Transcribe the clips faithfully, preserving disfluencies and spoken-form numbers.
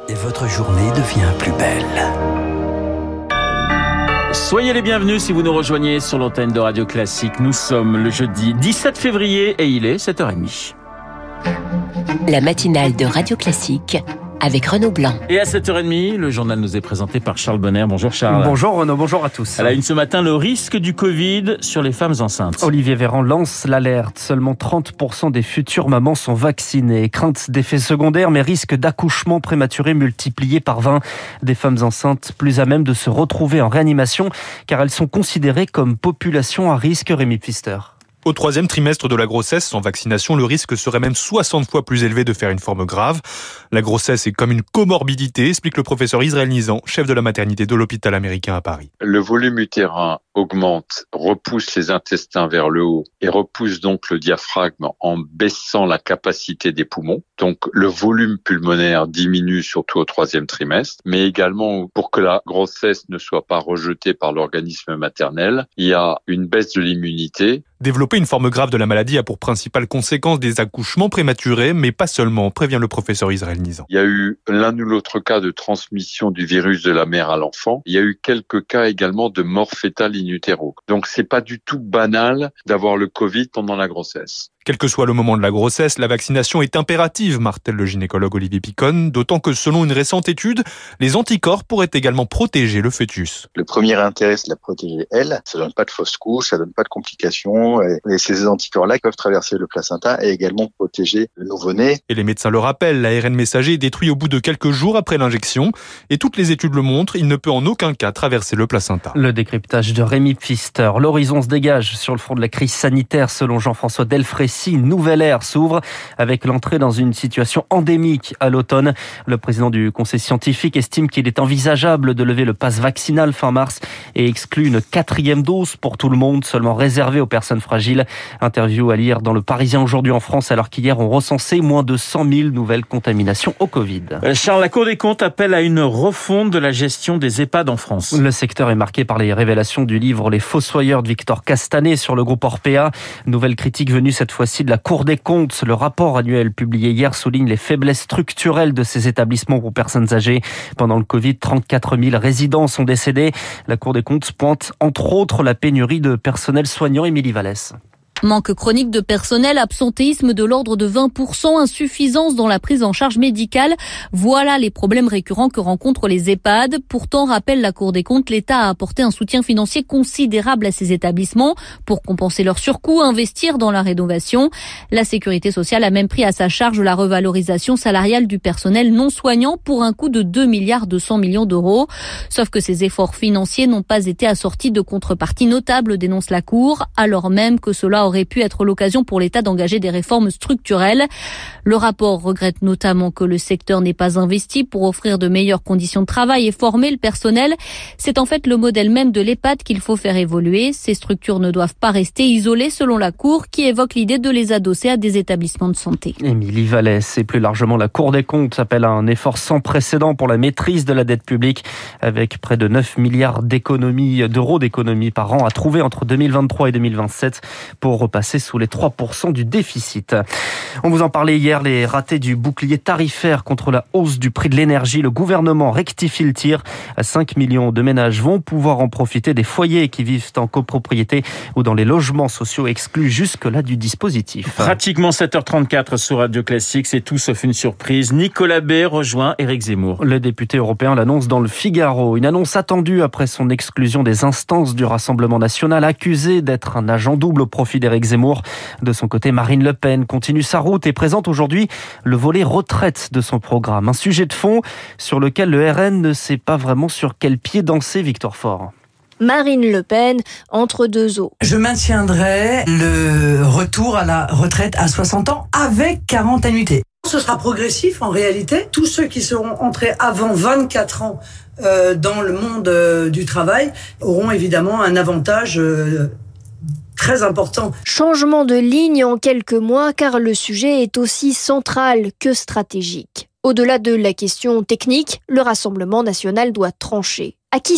et votre journée devient plus belle. Soyez les bienvenus si vous nous rejoignez sur l'antenne de Radio Classique. Nous sommes le jeudi dix-sept février et il est sept heures trente. La matinale de Radio Classique avec Renaud Blanc. Et à sept heures trente, le journal nous est présenté par Charles Bonner. Bonjour Charles. Bonjour Renaud, bonjour à tous. À la une ce matin, le risque du Covid sur les femmes enceintes. Olivier Véran lance l'alerte. Seulement trente pour cent des futures mamans sont vaccinées. Crainte d'effets secondaires, mais risque d'accouchement prématuré multiplié par vingt. Des femmes enceintes plus à même de se retrouver en réanimation, car elles sont considérées comme population à risque. Rémi Pfister. Au troisième trimestre de la grossesse, sans vaccination, le risque serait même soixante fois plus élevé de faire une forme grave. La grossesse est comme une comorbidité, explique le professeur Israël Nizan, chef de la maternité de l'hôpital américain à Paris. Le volume utérin augmente, repousse les intestins vers le haut et repousse donc le diaphragme en baissant la capacité des poumons. Donc le volume pulmonaire diminue surtout au troisième trimestre, mais également pour que la grossesse ne soit pas rejetée par l'organisme maternel, il y a une baisse de l'immunité. Développer une forme grave de la maladie a pour principale conséquence des accouchements prématurés, mais pas seulement, prévient le professeur Israël Nizan. Il y a eu l'un ou l'autre cas de transmission du virus de la mère à l'enfant. Il y a eu quelques cas également de mort fœtale in utero. Donc c'est pas du tout banal d'avoir le Covid pendant la grossesse. Quel que soit le moment de la grossesse, la vaccination est impérative, martèle le gynécologue Olivier Picon, d'autant que selon une récente étude, les anticorps pourraient également protéger le fœtus. Le premier intérêt, c'est de la protéger elle. Ça donne pas de fausses couches, ça donne pas de complications. Et ces anticorps-là peuvent traverser le placenta et également protéger le nouveau-né. Et les médecins le rappellent, l'A R N messager est détruit au bout de quelques jours après l'injection. Et toutes les études le montrent, il ne peut en aucun cas traverser le placenta. Le décryptage de Rémi Pfister. L'horizon se dégage sur le front de la crise sanitaire, selon Jean-François Delfrécy. Une nouvelle ère s'ouvre avec l'entrée dans une situation endémique à l'automne. Le président du Conseil scientifique estime qu'il est envisageable de lever le pass vaccinal fin mars et exclut une quatrième dose pour tout le monde, seulement réservée aux personnes fragiles. Interview à lire dans Le Parisien aujourd'hui en France, alors qu'hier on recensait moins de cent mille nouvelles contaminations au Covid. Charles, la Cour des comptes appelle à une refonte de la gestion des EHPAD en France. Le secteur est marqué par les révélations du livre Les Fossoyeurs de Victor Castanet sur le groupe Orpea. Nouvelle critique venue cette fois-ci de la Cour des comptes. Le rapport annuel publié hier souligne les faiblesses structurelles de ces établissements pour personnes âgées. Pendant le Covid, trente-quatre mille résidents sont décédés. La Cour des comptes pointe entre autres la pénurie de personnel soignant. Émilie Vallès. Manque chronique de personnel, absentéisme de l'ordre de vingt pour cent, insuffisance dans la prise en charge médicale. Voilà les problèmes récurrents que rencontrent les EHPAD. Pourtant, rappelle la Cour des comptes, l'État a apporté un soutien financier considérable à ces établissements pour compenser leurs surcoûts, investir dans la rénovation. La Sécurité sociale a même pris à sa charge la revalorisation salariale du personnel non soignant pour un coût de deux milliards deux cents millions d'euros. Sauf que ces efforts financiers n'ont pas été assortis de contreparties notables, dénonce la Cour, alors même que cela aurait pu être l'occasion pour l'État d'engager des réformes structurelles. Le rapport regrette notamment que le secteur n'ait pas investi pour offrir de meilleures conditions de travail et former le personnel. C'est en fait le modèle même de l'EHPAD qu'il faut faire évoluer. Ces structures ne doivent pas rester isolées selon la Cour, qui évoque l'idée de les adosser à des établissements de santé. Émilie Vallès et plus largement la Cour des comptes appelle à un effort sans précédent pour la maîtrise de la dette publique, avec près de neuf milliards d'économies, d'euros d'économies par an à trouver entre deux mille vingt-trois et deux mille vingt-sept pour repasser sous les trois pour cent du déficit. On vous en parlait hier, les ratés du bouclier tarifaire contre la hausse du prix de l'énergie. Le gouvernement rectifie le tir. cinq millions de ménages vont pouvoir en profiter. Des foyers qui vivent en copropriété ou dans les logements sociaux exclus jusque-là du dispositif. Pratiquement sept heures trente-quatre sur Radio Classique, c'est tout sauf une surprise. Nicolas Bay rejoint Éric Zemmour. Le député européen l'annonce dans le Figaro. Une annonce attendue après son exclusion des instances du Rassemblement national, accusé d'être un agent double au profit d'Éric Zemmour. De son côté, Marine Le Pen continue sa route et présente aujourd'hui le volet retraite de son programme. Un sujet de fond sur lequel le R N ne sait pas vraiment sur quel pied danser. Victoire Fort. Marine Le Pen, entre deux eaux. Je maintiendrai le retour à la retraite à soixante ans avec quarante annuités. Ce sera progressif en réalité. Tous ceux qui seront entrés avant vingt-quatre ans euh, dans le monde euh, du travail auront évidemment un avantage euh, très important. Changement de ligne en quelques mois car le sujet est aussi central que stratégique. Au-delà de la question technique, le Rassemblement national doit trancher. À qui s'adresser ?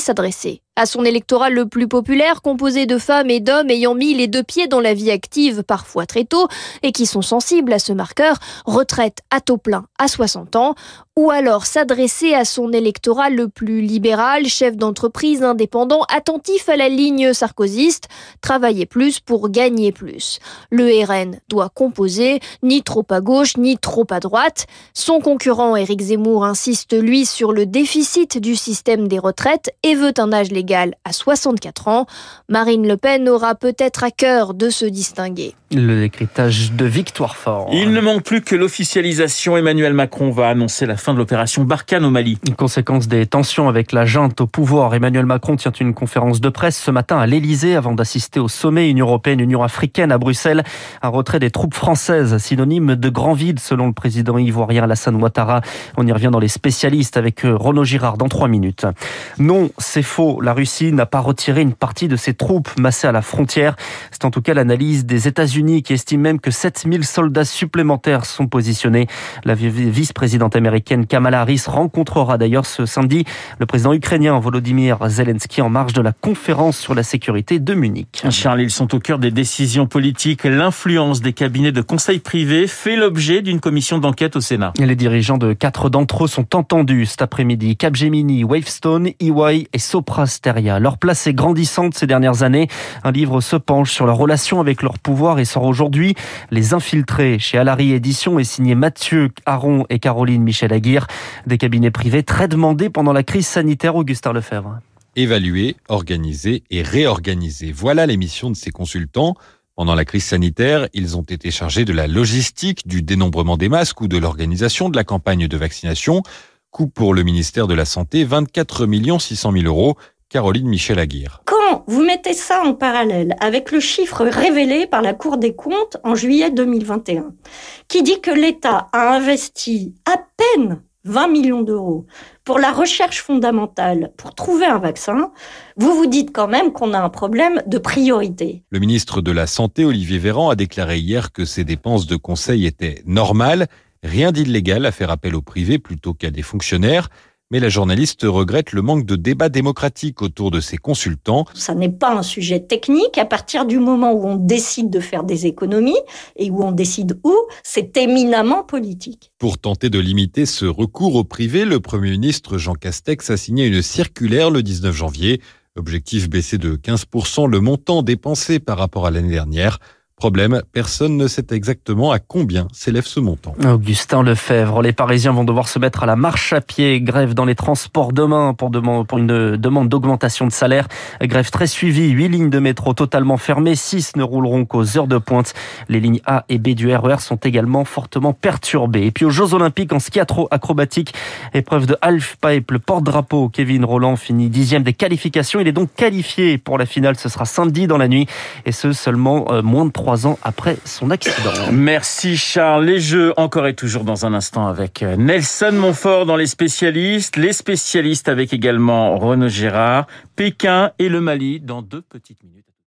À son électorat le plus populaire, composé de femmes et d'hommes ayant mis les deux pieds dans la vie active, parfois très tôt, et qui sont sensibles à ce marqueur, retraite à taux plein à soixante ans, ou alors s'adresser à son électorat le plus libéral, chef d'entreprise indépendant, attentif à la ligne sarkozyste, travailler plus pour gagner plus. Le R N doit composer, ni trop à gauche, ni trop à droite. Son concurrent Éric Zemmour insiste, lui, sur le déficit du système des retraites et veut un âge légal à soixante-quatre ans. Marine Le Pen aura peut-être à cœur de se distinguer. Le décryptage de Victoire Fort. Il ne manque plus que l'officialisation. Emmanuel Macron va annoncer la fin de l'opération Barkhane au Mali. Une conséquence des tensions avec la junte au pouvoir. Emmanuel Macron tient une conférence de presse ce matin à l'Elysée avant d'assister au sommet Union européenne-Union africaine à Bruxelles. Un retrait des troupes françaises, synonyme de grand vide selon le président ivoirien Alassane Ouattara. On y revient dans les spécialistes avec Renaud Girard dans trois minutes. Non, c'est faux. La Russie n'a pas retiré une partie de ses troupes massées à la frontière. C'est en tout cas l'analyse des États-Unis qui estime même que sept mille soldats supplémentaires sont positionnés. La vice-présidente américaine Kamala Harris rencontrera d'ailleurs ce samedi le président ukrainien Volodymyr Zelensky en marge de la conférence sur la sécurité de Munich. Charles, ils sont au cœur des décisions politiques. L'influence des cabinets de conseil privés fait l'objet d'une commission d'enquête au Sénat. Les dirigeants de quatre d'entre eux sont entendus cet après-midi. Capgemini, Wavestone, E Y et Sopra Steria. Leur place est grandissante ces dernières années. Un livre se penche sur leur relation avec leur pouvoir et sort aujourd'hui. Les infiltrés chez Alary Éditions est signé Mathieu Aron et Caroline Michel-Aguirre. Des cabinets privés très demandés pendant la crise sanitaire. Augustin Lefebvre. Évaluer, organiser et réorganiser. Voilà les missions de ces consultants. Pendant la crise sanitaire, ils ont été chargés de la logistique, du dénombrement des masques ou de l'organisation de la campagne de vaccination. Coût pour le ministère de la Santé, vingt-quatre millions six cent mille euros. Caroline Michel-Aguirre. Quand vous mettez ça en parallèle avec le chiffre révélé par la Cour des comptes en juillet deux mille vingt et un, qui dit que l'État a investi à peine vingt millions d'euros pour la recherche fondamentale, pour trouver un vaccin, vous vous dites quand même qu'on a un problème de priorité. Le ministre de la Santé, Olivier Véran, a déclaré hier que ces dépenses de conseil étaient normales. Rien d'illégal à faire appel au privé plutôt qu'à des fonctionnaires. Mais la journaliste regrette le manque de débat démocratique autour de ces consultants. Ça n'est pas un sujet technique. À partir du moment où on décide de faire des économies et où on décide où, c'est éminemment politique. Pour tenter de limiter ce recours au privé, le Premier ministre Jean Castex a signé une circulaire le dix-neuf janvier. Objectif baisser de quinze pour cent le montant dépensé par rapport à l'année dernière. Problème, personne ne sait exactement à combien s'élève ce montant. Augustin Lefebvre, les Parisiens vont devoir se mettre à la marche à pied. Grève dans les transports demain pour, demand, pour une demande d'augmentation de salaire. Grève très suivie, huit lignes de métro totalement fermées, six ne rouleront qu'aux heures de pointe. Les lignes A et B du R E R sont également fortement perturbées. Et puis aux Jeux Olympiques en ski acrobatique, épreuve de halfpipe, le porte-drapeau, Kevin Rolland finit dixième des qualifications. Il est donc qualifié pour la finale, ce sera samedi dans la nuit et ce seulement euh, moins de trois ans après son accident. Merci Charles. Les Jeux encore et toujours dans un instant avec Nelson Montfort dans les spécialistes. Les spécialistes avec également Renaud Girard, Pékin et le Mali dans deux petites minutes.